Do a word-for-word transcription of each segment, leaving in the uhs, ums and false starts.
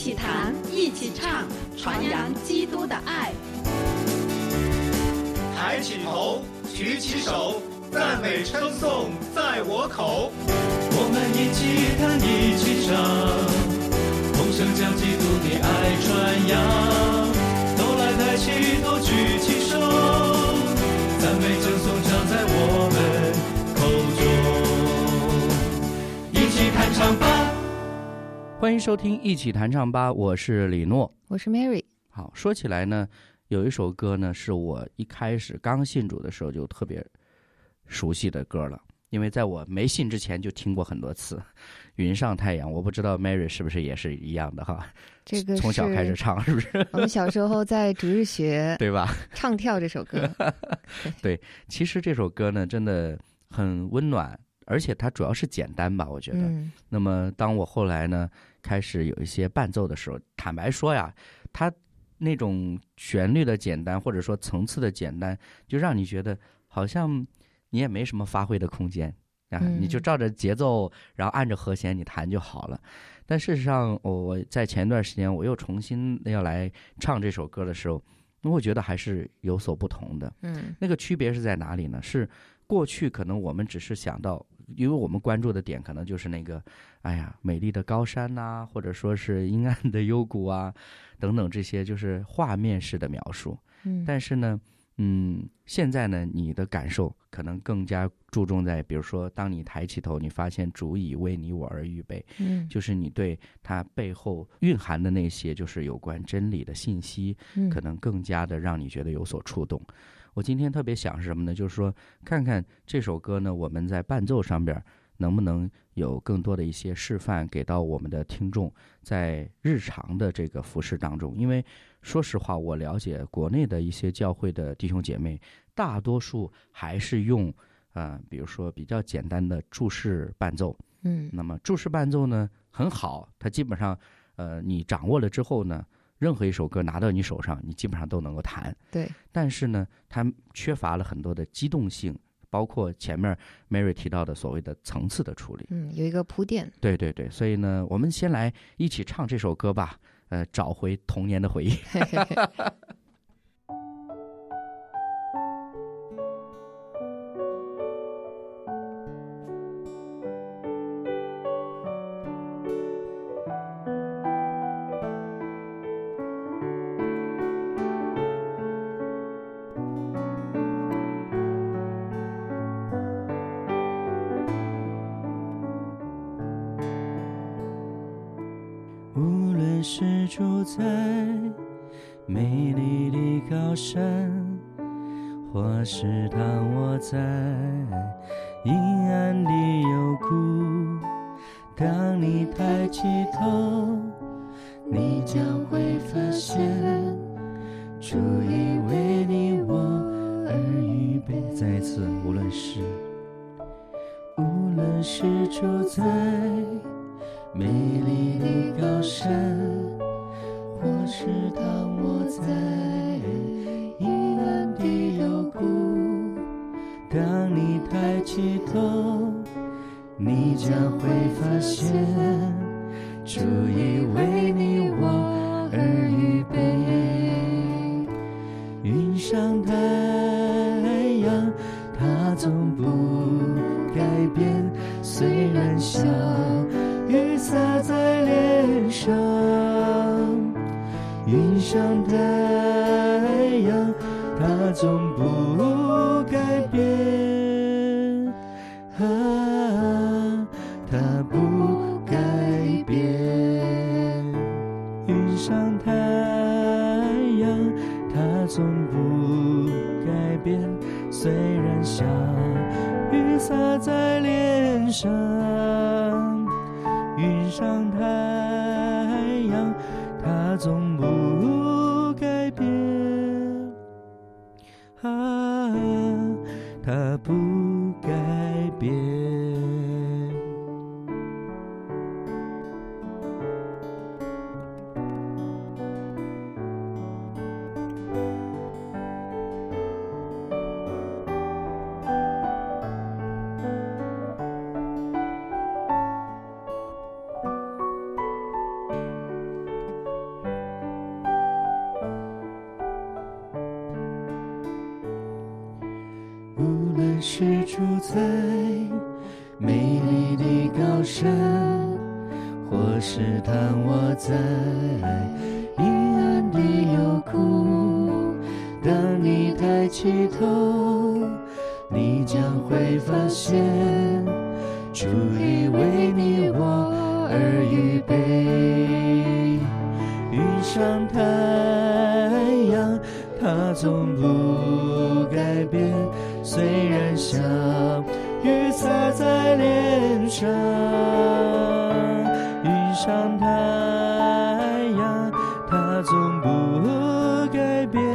起弹，一起唱，传扬基督的爱。 抬起头，举起手，赞美称颂在我口。 我们一起弹，一起唱，同声将基督的爱传扬。都来抬起头，举起手，赞美称颂常在我们口中。一起弹唱吧！ 欢迎收听一起弹唱吧，我是李诺， 我是 Mary。 好，说起来呢，有一首歌呢是我一开始刚信主的时候就特别熟悉的歌了，因为在我没信之前就听过很多次。云上太阳，我不知道 Mary 是不是也是一样的哈？ 这个从小开始唱是不是？ 我们小时候在主日学对吧？ 唱跳这首歌。 对，其实这首歌呢真的很温暖，而且它主要是简单吧，我觉得。嗯、那么当我后来呢开始有一些伴奏的时候，坦白说呀，它那种旋律的简单，或者说层次的简单，就让你觉得好像你也没什么发挥的空间啊，嗯、你就照着节奏，然后按着和弦你弹就好了。但事实上，我在前段时间我又重新要来唱这首歌的时候，我觉得还是有所不同的。嗯，那个区别是在哪里呢？是过去可能我们只是想到，因为我们关注的点可能就是那个，哎呀，美丽的高山呐、啊，或者说是阴暗的幽谷啊，等等这些就是画面式的描述。嗯，但是呢，嗯，现在呢，你的感受可能更加注重在，比如说，当你抬起头，你发现主已为你我而预备，嗯，就是你对它背后蕴含的那些，就是有关真理的信息，嗯，可能更加的让你觉得有所触动。我今天特别想是什么呢？就是说，看看这首歌呢，我们在伴奏上边能不能有更多的一些示范给到我们的听众，在日常的这个服事当中。因为说实话，我了解国内的一些教会的弟兄姐妹，大多数还是用呃，比如说比较简单的注释伴奏。嗯，那么注释伴奏呢很好，它基本上呃你掌握了之后呢，任何一首歌拿到你手上，你基本上都能够弹。 对， 但是呢，它缺乏了很多的机动性，包括前面 Mary 提到的所谓的层次的处理。 嗯，有一个铺垫。对对对，所以呢，我们先来一起唱这首歌吧，呃，找回童年的回忆。 是住在美丽的高山，或是躺卧在阴暗的幽谷，当你抬起头，你将会发现主已为你我而预备。 再一次，无论是无论是住在美丽的高山，或是躺卧在阴暗的幽谷，当你抬起头，你将会发现主已为你我而预备。云上太阳，它总不改变，虽然小雨洒在脸上，云上太阳，它总不改变，啊，它不改变。云上太阳，它总不改变，虽然小雨洒在脸上，云上太阳，它总不改变，啊，它不改变。 是住在美丽的高山，或是躺卧在阴暗的幽谷。当你抬起头，你将会发现主已为你我而预备。云上太阳它从不改变，虽然像雨洒在脸上。云上太阳它从不改变，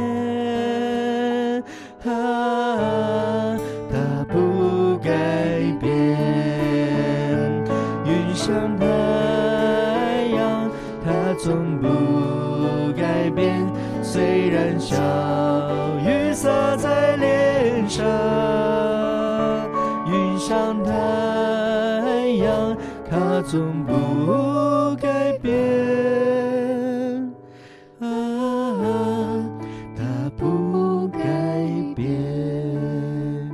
啊，它不改变。云上太阳它从不改变，虽然小雨洒在脸上。云上太阳它从不改变，啊，它不改变。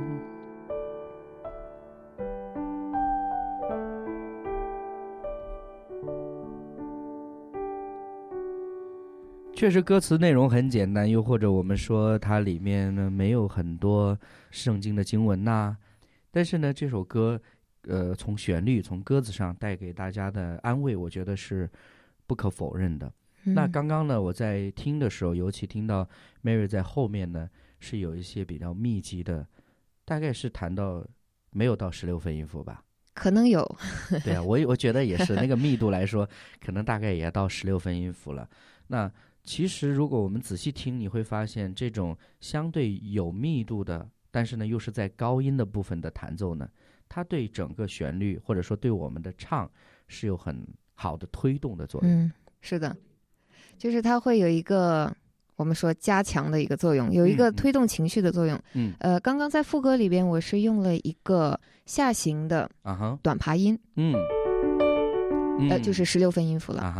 确实歌词内容很简单，又或者我们说它里面呢没有很多圣经的经文呐、啊，但是呢这首歌呃从旋律从歌词上带给大家的安慰，我觉得是不可否认的。嗯、那刚刚呢我在听的时候，尤其听到 Mary 在后面呢是有一些比较密集的，大概是弹到没有到十六分音符吧， 可能有。 对啊，我我觉得也是，那个密度来说可能大概也要到十六分音符了。那其实如果我们仔细听，你会发现这种相对有密度的，但是呢又是在高音的部分的弹奏呢，它对整个旋律或者说对我们的唱是有很好的推动的作用。 嗯，是的，就是它会有一个我们说加强的一个作用，有一个推动情绪的作用。嗯，呃，刚刚在副歌里边我是用了一个下行的短爬音，嗯，呃，就是十六分音符了。啊哈，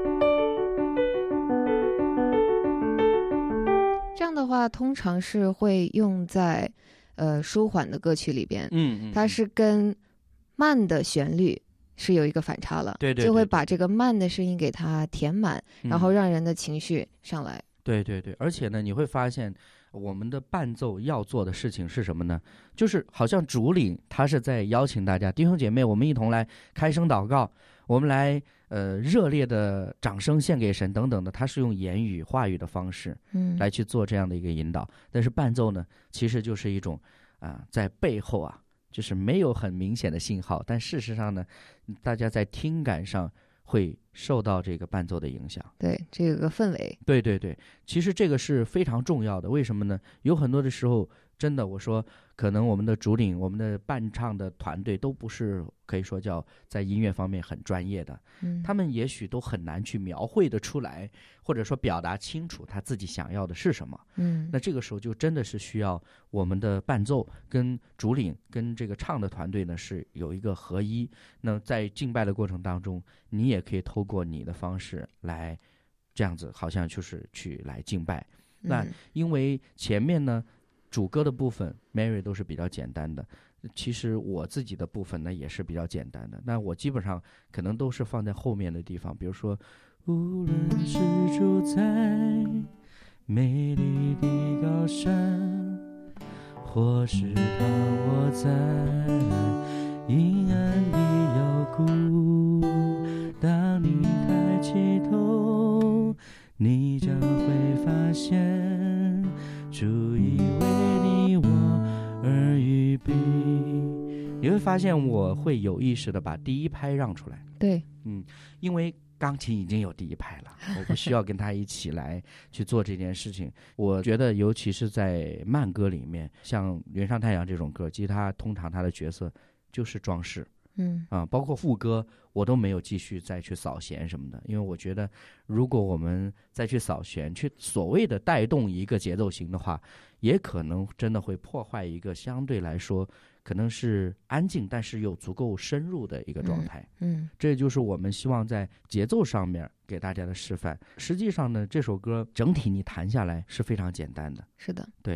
这样的话通常是会用在呃舒缓的歌曲里边，嗯嗯，它是跟慢的旋律是有一个反差了，对 对, 对, 对，就会把这个慢的声音给它填满，嗯，然后让人的情绪上来。 对对对，而且呢你会发现我们的伴奏要做的事情是什么呢？就是好像主领他是在邀请大家，弟兄姐妹，我们一同来开声祷告，我们来呃热烈的掌声献给神等等的，他是用言语话语的方式嗯来去做这样的一个引导。但是伴奏呢其实就是一种啊、呃、在背后啊就是没有很明显的信号，但事实上呢大家在听感上会受到这个伴奏的影响。 对，这个氛围。 对对对，其实这个是非常重要的。为什么呢？有很多的时候真的我说可能我们的主领我们的伴唱的团队都不是可以说叫在音乐方面很专业的，嗯，他们也许都很难去描绘的出来，或者说表达清楚他自己想要的是什么。嗯，那这个时候就真的是需要我们的伴奏跟主领跟这个唱的团队呢是有一个合一。那在敬拜的过程当中，你也可以透过你的方式来这样子好像就是去来敬拜。那因为前面呢主歌的部分 Mary 都是比较简单的，其实我自己的部分呢也是比较简单的，那我基本上可能都是放在后面的地方，比如说无论是住在美丽的高山，或是躺卧在阴暗的幽谷，当你抬起头，你将会发现主已为你我而预备。你会发现我会有意识的把第一拍让出来。 对， 嗯，因为钢琴已经有第一拍了，我不需要跟他一起来去做这件事情。我觉得尤其是在慢歌里面，像《云上太阳》这种歌，吉他通常他的角色就是装饰。嗯啊，包括副歌我都没有继续再去扫弦什么的，因为我觉得如果我们再去扫弦去所谓的带动一个节奏型的话，也可能真的会破坏一个相对来说可能是安静但是又足够深入的一个状态。嗯，嗯这就是我们希望在节奏上面给大家的示范。实际上呢这首歌整体你弹下来是非常简单的。 是的， 对。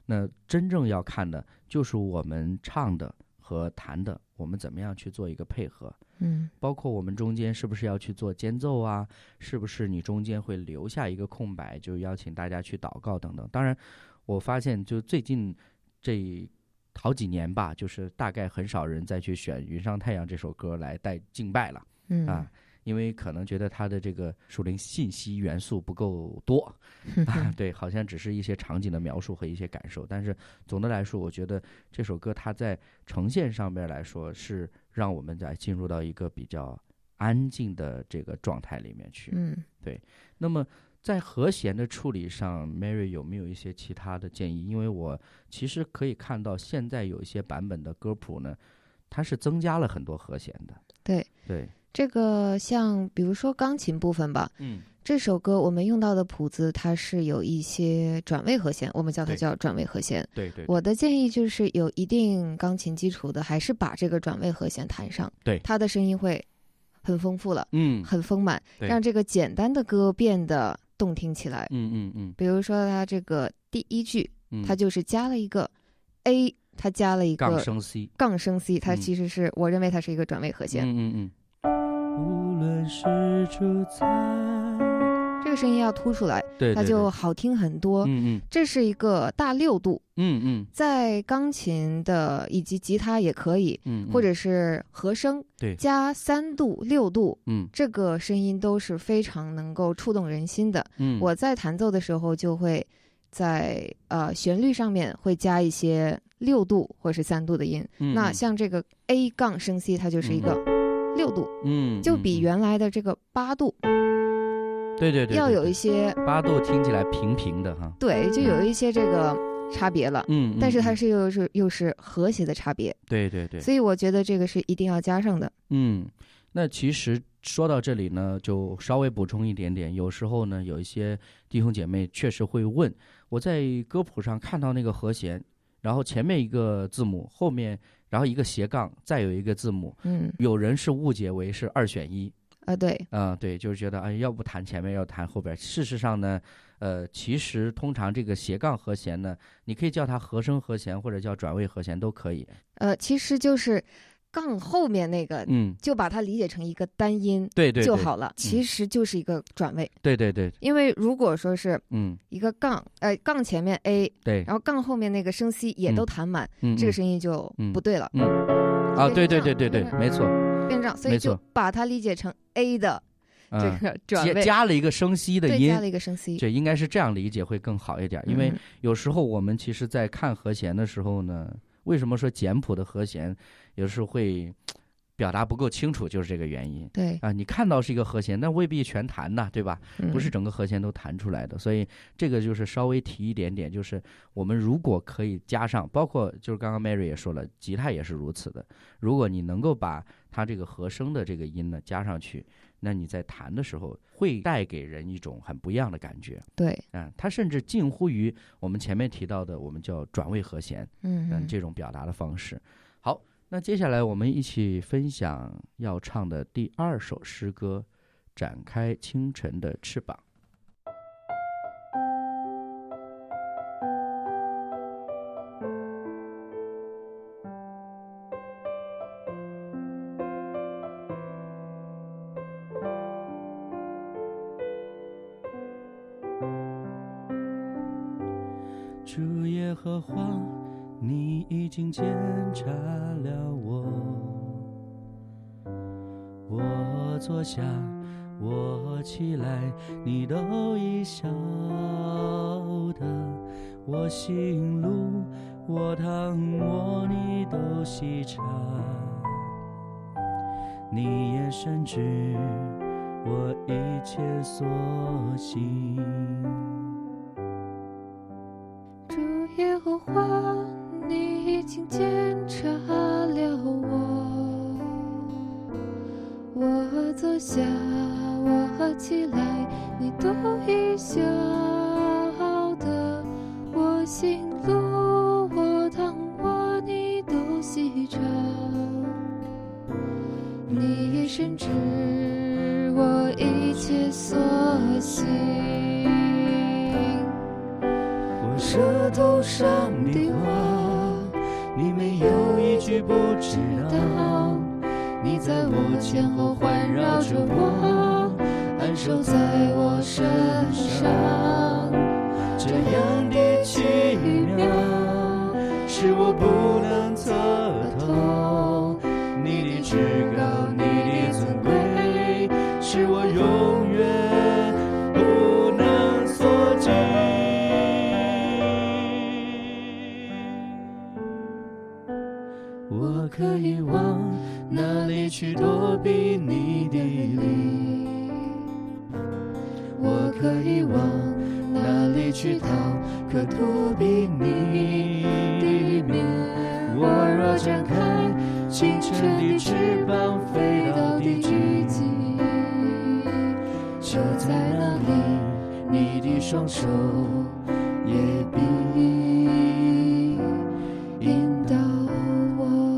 那真正要看的就是我们唱的和弹的，我们怎么样去做一个配合。 嗯， 包括我们中间是不是要去做间奏啊？是不是你中间会留下一个空白，就邀请大家去祷告等等。当然，我发现就最近这好几年吧，就是大概很少人再去选《云上太阳》这首歌来带敬拜了。 嗯啊。因为可能觉得它的这个属灵信息元素不够多啊，对，好像只是一些场景的描述和一些感受。但是总的来说，我觉得这首歌它在呈现上面来说，是让我们在进入到一个比较安静的这个状态里面去。 嗯， 对。那么在和弦的处理上 ，Mary 有没有一些其他的建议？因为我其实可以看到现在有一些版本的歌谱呢，它是增加了很多和弦的。 对对。 这个像比如说钢琴部分吧， 嗯， 这首歌我们用到的谱子它是有一些转位和弦，我们叫它叫转位和弦。 对 对, 对。 我的建议就是有一定钢琴基础的，还是把这个转位和弦弹上， 对， 它的声音会很丰富了， 嗯， 很丰满，让这个简单的歌变得动听起来。 嗯嗯嗯。 比如说它这个第一句， 嗯、 它就是加了一个 A， 它加了一个杠升 C， 杠升 C， 它其实是、嗯、我认为它是一个转位和弦。 嗯嗯嗯。 无论是住在， 这个声音要突出来， 对， 它就好听很多。 嗯嗯， 这是一个大六度。 嗯嗯， 在钢琴的以及吉他也可以， 嗯， 或者是和声， 对， 加三度、六度， 嗯， 这个声音都是非常能够触动人心的。 嗯， 我在弹奏的时候就会在呃旋律上面会加一些六度或是三度的音。 嗯， 那像这个 A 杠升 C， 它就是一个。嗯六度， 嗯， 就比原来的这个八度， 对对对， 要有一些八度听起来平平的哈， 对，就有一些这个差别了， 嗯， 但是它是又是又是和谐的差别， 对对对， 所以我觉得这个是一定要加上的。 嗯，那其实说到这里呢，就稍微补充一点点，有时候呢，有一些弟兄姐妹确实会问，我在歌谱上看到那个和弦，然后前面一个字母，后面。然后一个斜杠，再有一个字母， 嗯， 有人是误解为是二选一， 啊，对， 啊、呃，对，就是觉得哎，要不弹前面，要弹后边。事实上呢，呃，其实通常这个斜杠和弦呢，你可以叫它和声和弦或者叫转位和弦都可以。 呃，其实就是杠后面那个， 嗯， 就把它理解成一个单音， 对对就好了。 嗯、 其实就是一个转位。 对对对。 因为如果说是嗯一个杠，呃，杠前面 A， 对， 然后杠后面那个升 C 也都弹满， 嗯、 这个声音就不对了。 嗯。嗯啊，对对对对对，没错， 变这样，所以就把它理解成 A 的这个转位， 嗯、加了一个升 C 的音， 对，加了一个升 C， 对，应该是这样理解会更好一点。因为有时候我们其实在看和弦的时候呢，为什么说简谱的和弦有时候会表达不够清楚，就是这个原因。 对啊，你看到是一个和弦，但未必全弹呐，对吧？ 嗯、 不是整个和弦都弹出来的，所以这个就是稍微提一点点，就是我们如果可以加上，包括就是刚刚 Mary 也说了，吉他也是如此的。如果你能够把它这个和声的这个音呢加上去，那你在弹的时候会带给人一种很不一样的感觉。 对， 啊，它甚至近乎于我们前面提到的我们叫转位和弦， 嗯嗯，这种表达的方式。好。那接下来我们一起分享要唱的第二首诗歌《展开清晨的翅膀》。 主耶和华，你已经检查了我，我坐下，我起来，你都已晓得，我行路，我躺卧，你都细察，你也深知我一切所行。 主耶和华，你已经检查了我，我坐下，我起来，你都已晓得，我行路，我躺卧，你都细察，你深知我一切所行。 我舌头上的话，你没有一句不知道。你在我前后环绕着我，安守在我身上，这样的奇妙是我不能测透。你的至高，你的尊贵，是我永远不能所及。我可以往哪里去躲避你的灵？我可以往哪里去逃，可躲避你的面？我若展开清晨的翅膀，飞到地极，就在那里，你的双手也必引导我。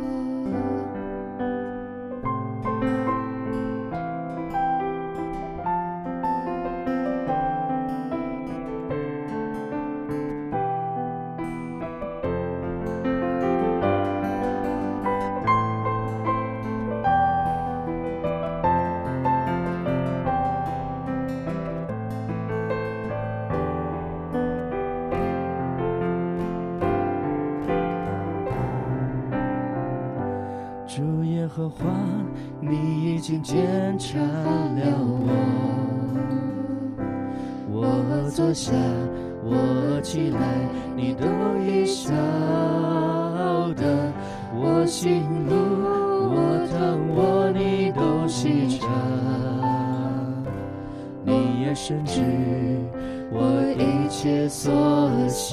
主耶和华，你已经检查了我，我坐下，我起来，你都已晓得。我行路，我躺卧，你都细察。你也深知我一切所行。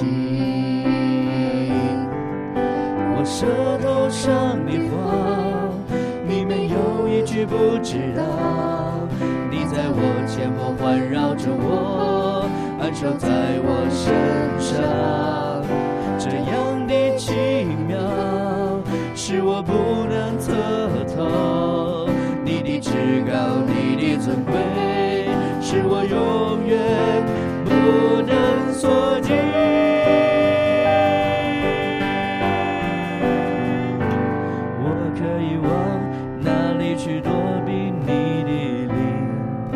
我舌头上的话，你没有一句不知道。你在我前后环绕着我，安守在我身上，这样的奇妙是我不能测透。你的至高，你的尊贵，是我永远不能所及。去躲避你的灵，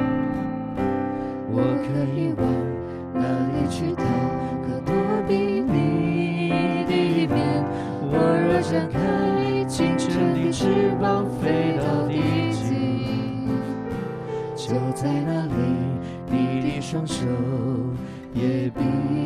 我可以往哪里去逃，可躲避你的面？我若展开清晨的翅膀，飞到地极，就在那里，你的双手也必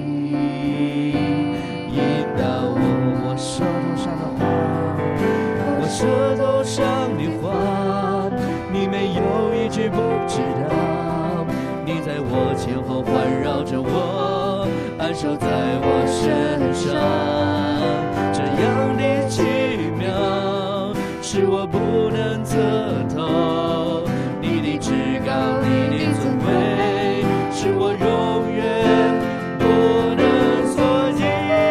引导我。我舌头上的话，我舌头上的话，你没有一句不知道。你在我前后环绕着我，安守在我身上，这样的奇妙是我不能测透。你的至高，你的尊贵，是我永远不能所及。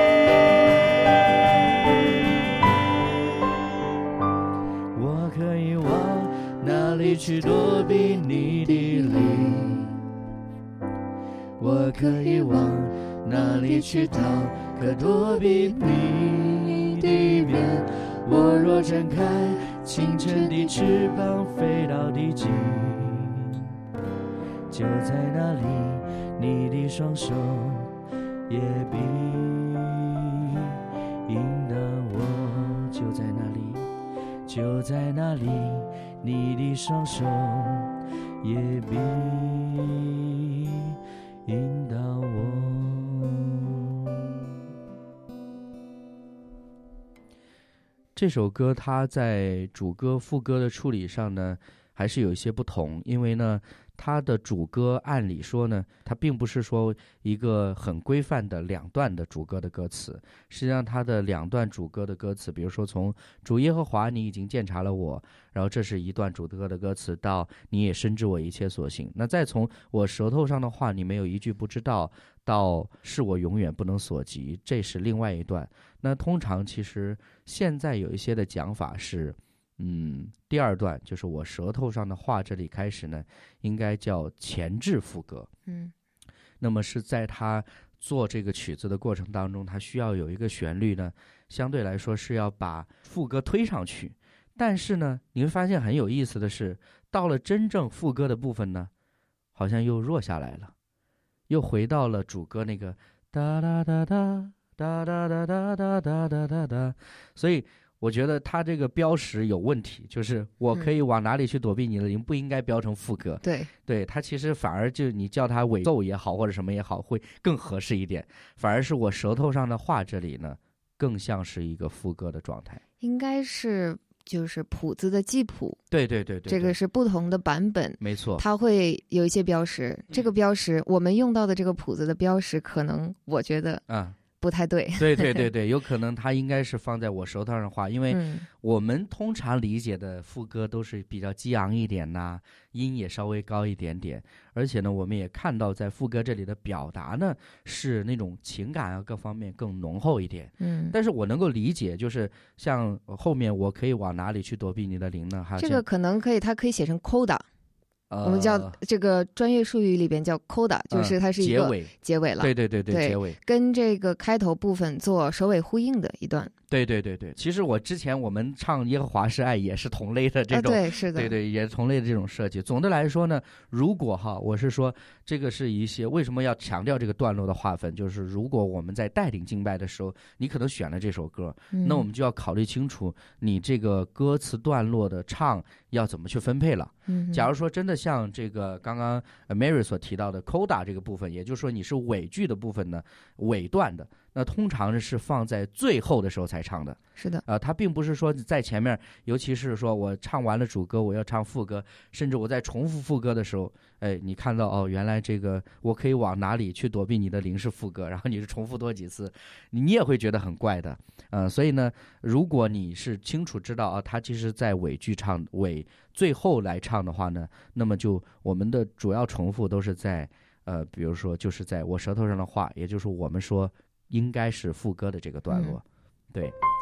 我可以往哪里去躲避你的灵？我可以往哪里去逃，可躲避你的面？我若展开清晨的翅膀，飞到地极，就在那里，你的双手也必引导我。就在那里，就在那里，你的双手也必引导我。 这首歌它在主歌副歌的处理上呢还是有一些不同，因为呢它的主歌按理说呢它并不是说一个很规范的两段的主歌的歌词，实际上它的两段主歌的歌词，比如说从主耶和华你已经鉴察了我，然后这是一段主歌的歌词，到你也深知我一切所行，那再从我舌头上的话你没有一句不知道，到是我永远不能所及，这是另外一段。那通常其实现在有一些的讲法是嗯，第二段就是我舌头上的话，这里开始呢应该叫前置副歌。 嗯， 那么是在他做这个曲子的过程当中，它需要有一个旋律呢，相对来说是要把副歌推上去，但是呢，你会发现很有意思的是，到了真正副歌的部分呢，好像又弱下来了，又回到了主歌那个哒哒哒哒哒哒哒哒哒哒哒哒哒，所以我觉得它这个标识有问题，就是我可以往哪里去躲避你的灵，不应该标成副歌。 对对，它其实反而就你叫它尾奏也好，或者什么也好，会更合适一点。反而是我舌头上的话这里呢，更像是一个副歌的状态。 应该是就是谱子的记谱。 对对对 对, 对， 这个是不同的版本， 没错， 它会有一些标识。这个标识，我们用到的这个谱子的标识，可能我觉得啊。不太对， 对对对对，有可能它应该是放在我舌头上画，因为我们通常理解的副歌都是比较激昂一点呐、啊，音也稍微高一点点，而且呢，我们也看到在副歌这里的表达呢是那种情感啊各方面更浓厚一点。嗯，但是我能够理解，就是像后面我可以往哪里去躲避你的灵呢？哈， 这个可能可以，它可以写成 coda。我们叫这个专业术语里边叫 coda， 就是它是一个结尾， 结尾了。 对对对对，结尾跟这个开头部分做首尾呼应的一段。 对对对对，其实我之前我们唱耶和华是爱也是同类的这种， 啊、对是的， 对对，也是同类的这种设计。总的来说呢，如果哈，我是说这个是一些为什么要强调这个段落的划分，就是如果我们在带领敬拜的时候，你可能选了这首歌，嗯、那我们就要考虑清楚你这个歌词段落的唱要怎么去分配了。嗯，假如说真的像这个刚刚 Mary 所提到的 coda 这个部分，也就是说你是尾句的部分呢，尾段的。那通常是放在最后的时候才唱的， 是的， 啊、呃，它并不是说在前面，尤其是说我唱完了主歌，我要唱副歌，甚至我在重复副歌的时候，哎，你看到哦，原来这个我可以往哪里去躲避你的灵是副歌，然后你是重复多几次，你也会觉得很怪的，呃，所以呢，如果你是清楚知道啊，它其实在尾句唱尾最后来唱的话呢，那么就我们的主要重复都是在呃，比如说就是在我舌头上的话，也就是我们说。应该是副歌的这个段落，嗯、对，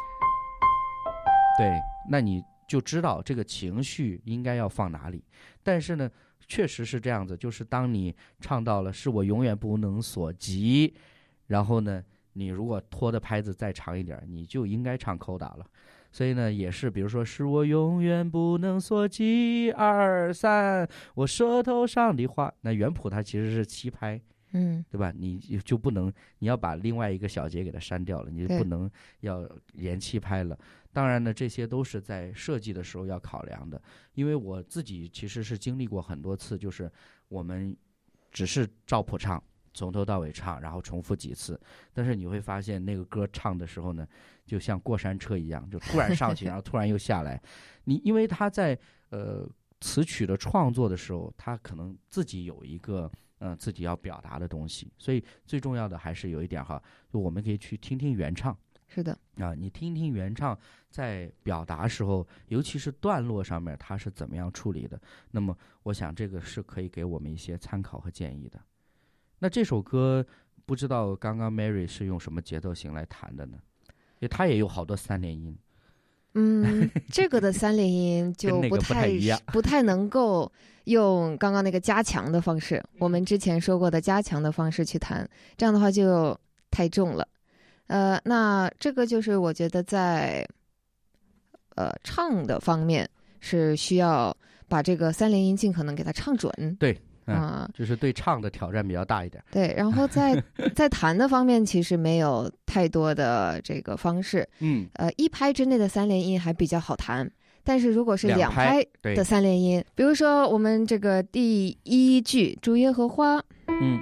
对，那你就知道这个情绪应该要放哪里。但是呢，确实是这样子，就是当你唱到了是我永远不能所及，然后呢，你如果拖的拍子再长一点，你就应该唱coda了。所以呢，也是比如说是我永远不能所及，二三，我舌头上的话，那原谱它其实是七拍。嗯，对吧？你就不能，你要把另外一个小节给它删掉了，你就不能要延期拍了。当然呢，这些都是在设计的时候要考量的。因为我自己其实是经历过很多次，就是我们只是照谱唱，从头到尾唱，然后重复几次。但是你会发现，那个歌唱的时候呢，就像过山车一样，就突然上去，然后突然又下来。你因为他在呃词曲的创作的时候，他可能自己有一个。嗯，自己要表达的东西，所以最重要的还是有一点哈，就我们可以去听听原唱。 是的， 啊，你听听原唱在表达时候，尤其是段落上面，他是怎么样处理的。那么，我想这个是可以给我们一些参考和建议的。那这首歌，不知道刚刚 Mary 是用什么节奏型来弹的呢？因为它也有好多三连音。 嗯，这个的三连音就不太不太能够用刚刚那个加强的方式，我们之前说过的加强的方式去弹，这样的话就太重了。呃，那这个就是我觉得在呃唱的方面是需要把这个三连音尽可能给它唱准。 对。啊、嗯，就是对唱的挑战比较大一点。 对，然后在在弹的方面，其实没有太多的这个方式。嗯，呃，一拍之内的三连音还比较好弹，但是如果是两拍的三连音，比如说我们这个第一句主耶和华，嗯，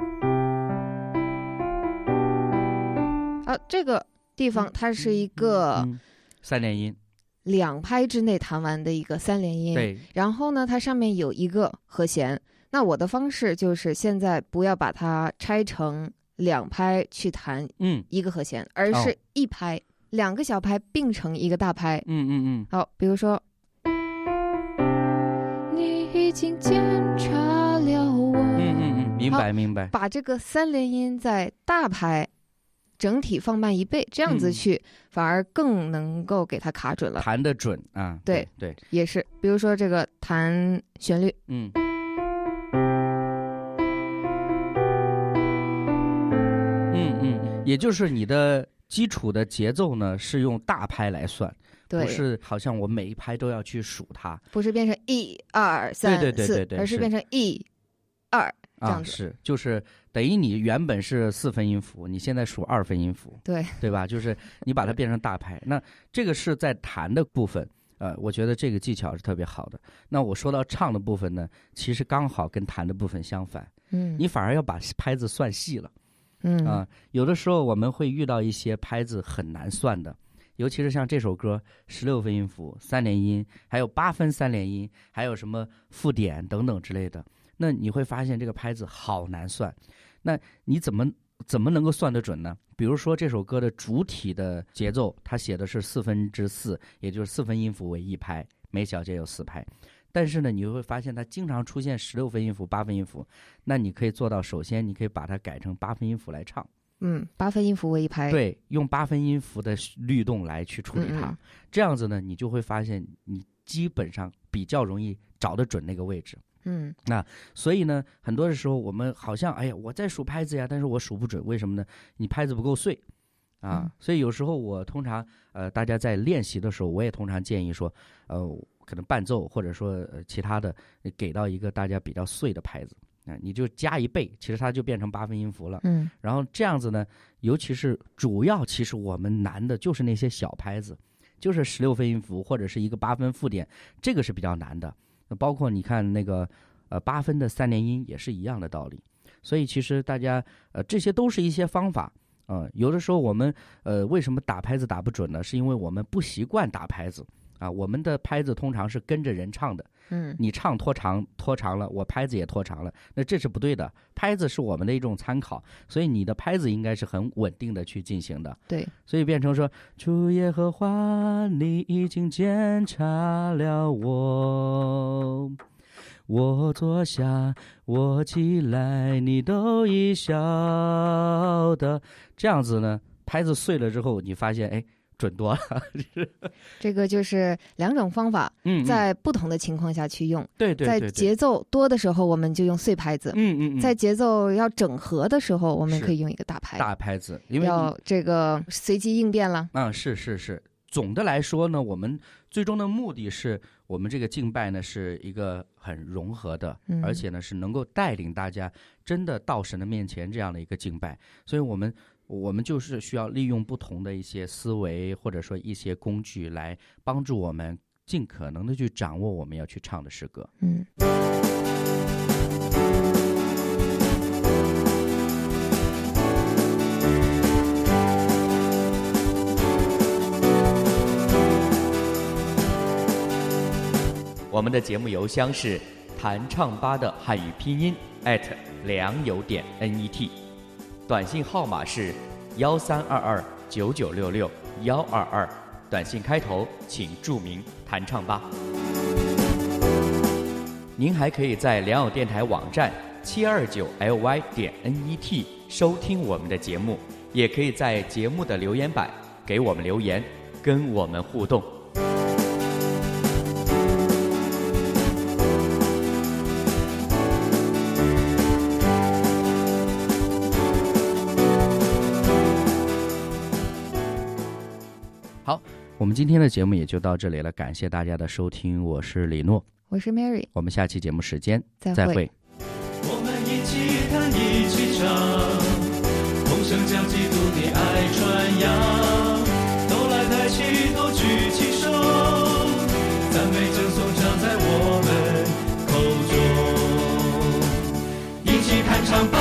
啊，这个地方它是一个、 嗯嗯、三连音。 两拍之内弹完的一个三连音， 对， 然后呢，它上面有一个和弦。那我的方式就是现在不要把它拆成两拍去弹一个和弦，嗯、而是一拍、哦、两个小拍并成一个大拍。 嗯嗯嗯。 好，比如说，你已经检查了我。 嗯嗯嗯，明白明白。 把这个三连音在大拍。整体放慢一倍，这样子去、嗯、反而更能够给它卡准了， 弹得准啊！ 对对, 对， 也是。比如说这个弹旋律，嗯， 也就是你的基础的节奏呢是用大拍来算，不是好像我每一拍都要去数它， 不是变成一二三四， 对对对对对， 而是变成一二这样子、 啊、是就是等于你原本是四分音符，你现在数二分音符， 对对吧？就是你把它变成大拍，那这个是在弹的部分。呃，我觉得这个技巧是特别好的。那我说到唱的部分呢，其实刚好跟弹的部分相反。 嗯， 你反而要把拍子算细了。 嗯啊、呃，有的时候我们会遇到一些拍子很难算的，尤其是像这首歌，十六分音符、三连音，还有八分三连音，还有什么附点等等之类的。那你会发现这个拍子好难算。那你怎么怎么能够算得准呢？比如说这首歌的主体的节奏，它写的是四分之四，也就是四分音符为一拍，每小节有四拍。但是呢，你会发现它经常出现十六分音符、八分音符。那你可以做到，首先你可以把它改成八分音符来唱。 嗯，八分音符为一拍。 对，用八分音符的律动来去处理它。 嗯嗯这样子呢，你就会发现你基本上比较容易找得准那个位置。 嗯， 那所以呢，很多的时候我们好像哎呀，我在数拍子呀，但是我数不准，为什么呢？你拍子不够碎啊。 嗯、 所以有时候我通常呃，大家在练习的时候，我也通常建议说，呃，可能伴奏或者说、呃、其他的，给到一个大家比较碎的拍子啊、呃，你就加一倍，其实它就变成八分音符了。 嗯， 然后这样子呢，尤其是主要，其实我们难的就是那些小拍子，就是十六分音符或者是一个八分附点，这个是比较难的。包括你看那个呃八分的三连音也是一样的道理，所以其实大家呃这些都是一些方法啊、呃。有的时候我们呃为什么打拍子打不准呢？是因为我们不习惯打拍子啊。我们的拍子通常是跟着人唱的， 嗯， 你唱拖长拖长了，我拍子也拖长了，那这是不对的。拍子是我们的一种参考，所以你的拍子应该是很稳定的去进行的。 对， 所以变成说，主耶和华，你已经检查了我，我坐下，我起来，你都已晓得。这样子呢，拍子碎了之后，你发现哎。准多了， 这个就是两种方法， 嗯， 在不同的情况下去用。 对对对， 在节奏多的时候，我们就用碎拍子； 嗯嗯嗯， 在节奏要整合的时候，我们可以用一个大拍。 大拍子，因为要这个随机应变了。 啊，是是是。总的来说呢，我们最终的目的是我们这个敬拜呢是一个很融合的， 嗯、 而且呢是能够带领大家真的到神的面前这样的一个敬拜。所以我们。我们就是需要利用不同的一些思维，或者说一些工具，来帮助我们尽可能的去掌握我们要去唱的诗歌。 嗯。 我们的节目邮箱是弹唱吧的汉语拼音 at 良友点 net。短信号码是幺三二二九九六六幺二二，短信开头请注明弹唱吧。您还可以在良友电台网站七二九 L Y 点 N E T 收听我们的节目，也可以在节目的留言板给我们留言，跟我们互动。 好，我们今天的节目也就到这里了，感谢大家的收听，我是李诺， 我是 Mary， 我们下期节目时间再会。 再会。 我们一起弹一起唱，同声将基督的爱传扬，都来抬起头举起手，赞美正颂唱在我们口中，一起弹唱吧。